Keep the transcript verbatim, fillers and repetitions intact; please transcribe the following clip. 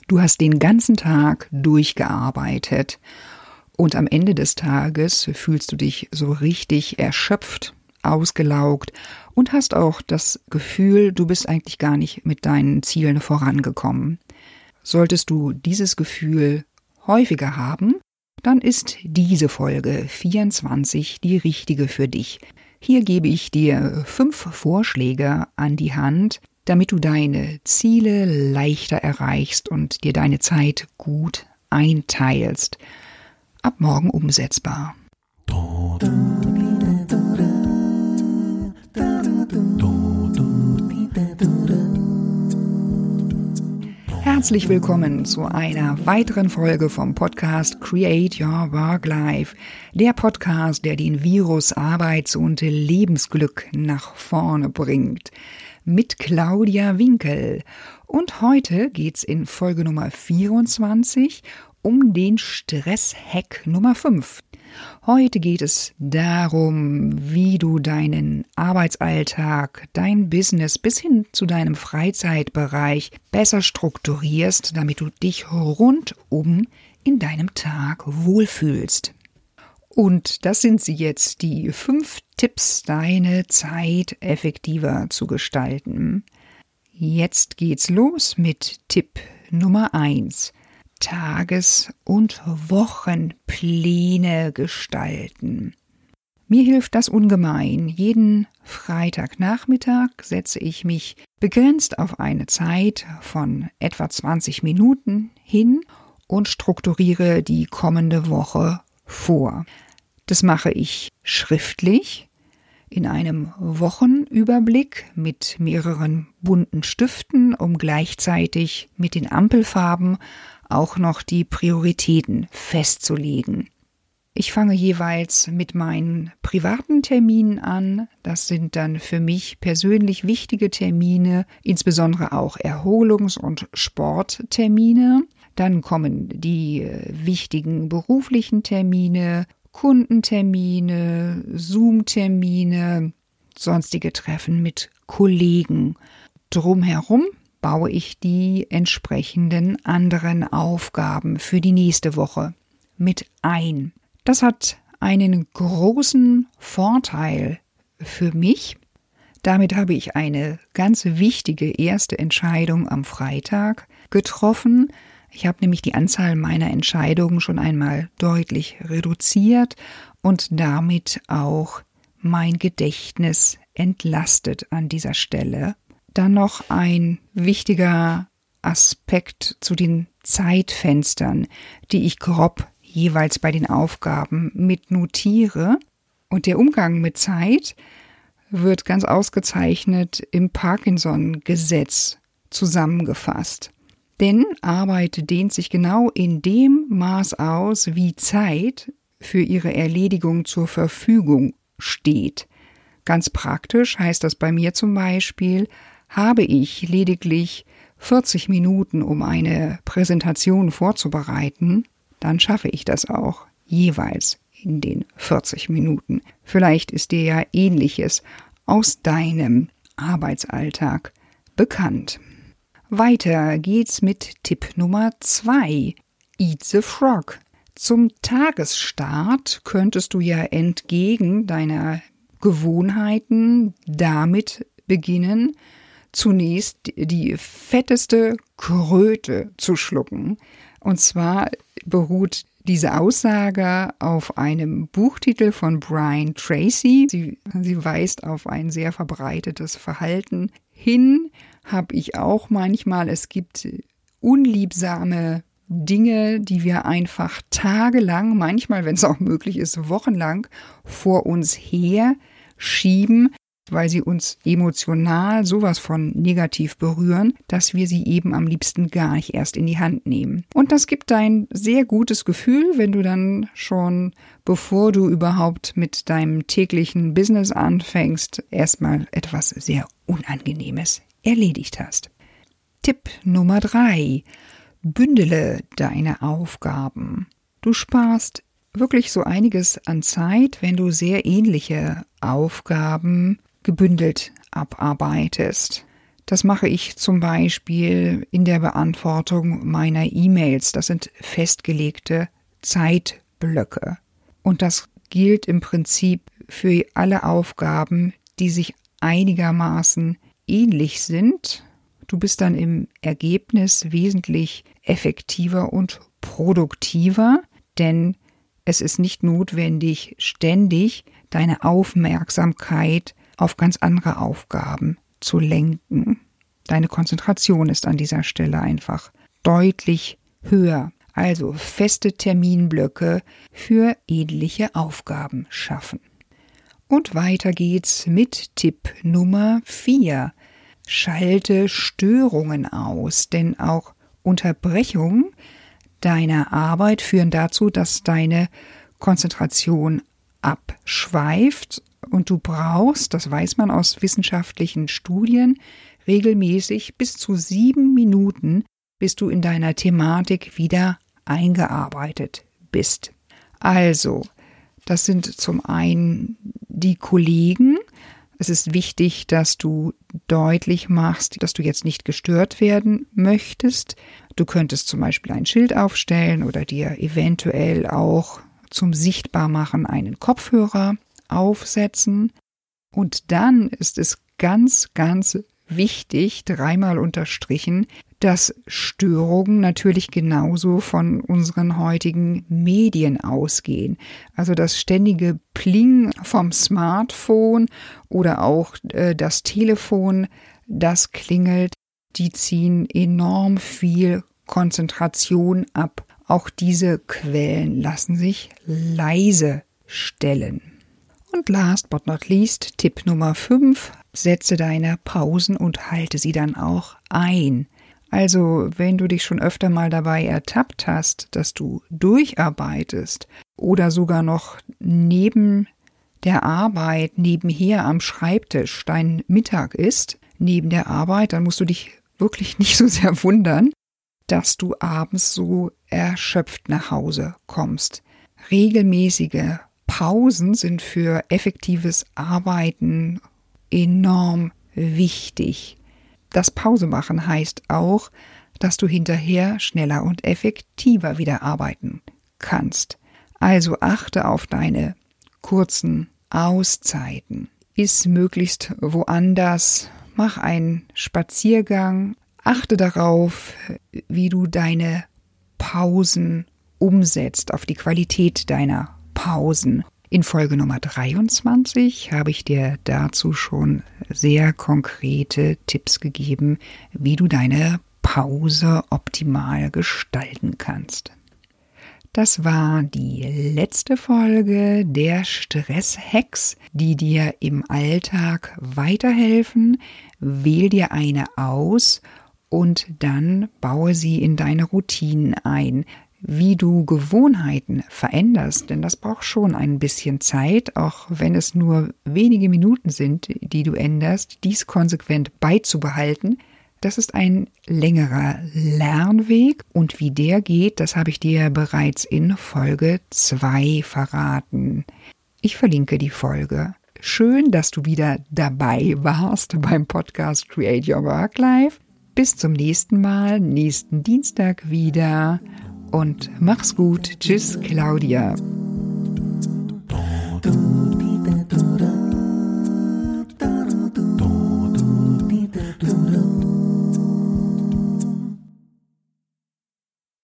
Du hast den ganzen Tag durchgearbeitet und am Ende des Tages fühlst du dich so richtig erschöpft, ausgelaugt und hast auch das Gefühl, du bist eigentlich gar nicht mit deinen Zielen vorangekommen. Solltest du dieses Gefühl häufiger haben, dann ist diese Folge vierundzwanzig die richtige für dich. Hier gebe ich dir fünf Vorschläge an die Hand, damit du deine Ziele leichter erreichst und dir deine Zeit gut einteilst. Ab morgen umsetzbar. Herzlich willkommen zu einer weiteren Folge vom Podcast Create Your Work Life, der Podcast, der den Virus Arbeits- und Lebensglück nach vorne bringt, mit Claudia Winkel. Und heute geht's in Folge Nummer vierundzwanzig um den Stress-Hack Nummer fünf. Heute geht es darum, wie du deinen Arbeitsalltag, dein Business bis hin zu deinem Freizeitbereich besser strukturierst, damit du dich rundum in deinem Tag wohlfühlst. Und das sind sie jetzt, die fünf Tipps, deine Zeit effektiver zu gestalten. Jetzt geht's los mit Tipp Nummer eins. Tages- und Wochenpläne gestalten. Mir hilft das ungemein. Jeden Freitagnachmittag setze ich mich begrenzt auf eine Zeit von etwa zwanzig Minuten hin und strukturiere die kommende Woche vor. Das mache ich schriftlich in einem Wochenüberblick mit mehreren bunten Stiften, um gleichzeitig mit den Ampelfarben auch noch die Prioritäten festzulegen. Ich fange jeweils mit meinen privaten Terminen an. Das sind dann für mich persönlich wichtige Termine, insbesondere auch Erholungs- und Sporttermine. Dann kommen die wichtigen beruflichen Termine, Kundentermine, Zoom-Termine, sonstige Treffen mit Kollegen. Drumherum baue ich die entsprechenden anderen Aufgaben für die nächste Woche mit ein. Das hat einen großen Vorteil für mich. Damit habe ich eine ganz wichtige erste Entscheidung am Freitag getroffen. Ich habe nämlich die Anzahl meiner Entscheidungen schon einmal deutlich reduziert und damit auch mein Gedächtnis entlastet an dieser Stelle. Dann noch ein wichtiger Aspekt zu den Zeitfenstern, die ich grob jeweils bei den Aufgaben mit notiere. Und der Umgang mit Zeit wird ganz ausgezeichnet im Parkinson-Gesetz zusammengefasst. Denn Arbeit dehnt sich genau in dem Maß aus, wie Zeit für ihre Erledigung zur Verfügung steht. Ganz praktisch heißt das bei mir zum Beispiel, habe ich lediglich vierzig Minuten, um eine Präsentation vorzubereiten, dann schaffe ich das auch jeweils in den vierzig Minuten. Vielleicht ist dir ja Ähnliches aus deinem Arbeitsalltag bekannt. Weiter geht's mit Tipp Nummer zwei. Eat the Frog. Zum Tagesstart könntest du ja entgegen deiner Gewohnheiten damit beginnen, zunächst die fetteste Kröte zu schlucken. Und zwar beruht diese Aussage auf einem Buchtitel von Brian Tracy. Sie, sie weist auf ein sehr verbreitetes Verhalten hin. Habe ich auch manchmal. Es gibt unliebsame Dinge, die wir einfach tagelang, manchmal, wenn es auch möglich ist, wochenlang vor uns her schieben, weil sie uns emotional sowas von negativ berühren, dass wir sie eben am liebsten gar nicht erst in die Hand nehmen. Und das gibt ein sehr gutes Gefühl, wenn du dann schon, bevor du überhaupt mit deinem täglichen Business anfängst, erstmal etwas sehr Unangenehmes erledigt hast. Tipp Nummer drei. Bündele deine Aufgaben. Du sparst wirklich so einiges an Zeit, wenn du sehr ähnliche Aufgaben gebündelt abarbeitest. Das mache ich zum Beispiel in der Beantwortung meiner E-Mails. Das sind festgelegte Zeitblöcke. Und das gilt im Prinzip für alle Aufgaben, die sich einigermaßen ähnlich sind. Du bist dann im Ergebnis wesentlich effektiver und produktiver, denn es ist nicht notwendig, ständig deine Aufmerksamkeit auf ganz andere Aufgaben zu lenken. Deine Konzentration ist an dieser Stelle einfach deutlich höher. Also feste Terminblöcke für ähnliche Aufgaben schaffen. Und weiter geht's mit Tipp Nummer vier. Schalte Störungen aus, denn auch Unterbrechungen deiner Arbeit führen dazu, dass deine Konzentration abschweift und du brauchst, das weiß man aus wissenschaftlichen Studien, regelmäßig bis zu sieben Minuten, bis du in deiner Thematik wieder eingearbeitet bist. Also, das sind zum einen die Kollegen. Es ist wichtig, dass du deutlich machst, dass du jetzt nicht gestört werden möchtest. Du könntest zum Beispiel ein Schild aufstellen oder dir eventuell auch zum Sichtbarmachen einen Kopfhörer aufsetzen. Und dann ist es ganz, ganz wichtig, dreimal unterstrichen, dass Störungen natürlich genauso von unseren heutigen Medien ausgehen. Also das ständige Pling vom Smartphone oder auch äh, das Telefon, das klingelt, die ziehen enorm viel Konzentration ab. Auch diese Quellen lassen sich leise stellen. Und last but not least, Tipp Nummer fünf, setze deine Pausen und halte sie dann auch ein. Also, wenn du dich schon öfter mal dabei ertappt hast, dass du durcharbeitest oder sogar noch neben der Arbeit, nebenher am Schreibtisch dein Mittag isst, neben der Arbeit, dann musst du dich wirklich nicht so sehr wundern, dass du abends so erschöpft nach Hause kommst. Regelmäßige Pausen sind für effektives Arbeiten enorm wichtig. Das Pausemachen heißt auch, dass du hinterher schneller und effektiver wieder arbeiten kannst. Also achte auf deine kurzen Auszeiten. Iss möglichst woanders, mach einen Spaziergang, achte darauf, wie du deine Pausen umsetzt, auf die Qualität deiner Pausen. In Folge Nummer dreiundzwanzig habe ich dir dazu schon sehr konkrete Tipps gegeben, wie du deine Pause optimal gestalten kannst. Das war die letzte Folge der Stress-Hacks, die dir im Alltag weiterhelfen. Wähl dir eine aus und dann baue sie in deine Routinen ein. Wie du Gewohnheiten veränderst, denn das braucht schon ein bisschen Zeit, auch wenn es nur wenige Minuten sind, die du änderst, dies konsequent beizubehalten. Das ist ein längerer Lernweg und wie der geht, das habe ich dir bereits in Folge zwei verraten. Ich verlinke die Folge. Schön, dass du wieder dabei warst beim Podcast Create Your Work Life. Bis zum nächsten Mal, nächsten Dienstag wieder. Und mach's gut. Tschüss, Claudia.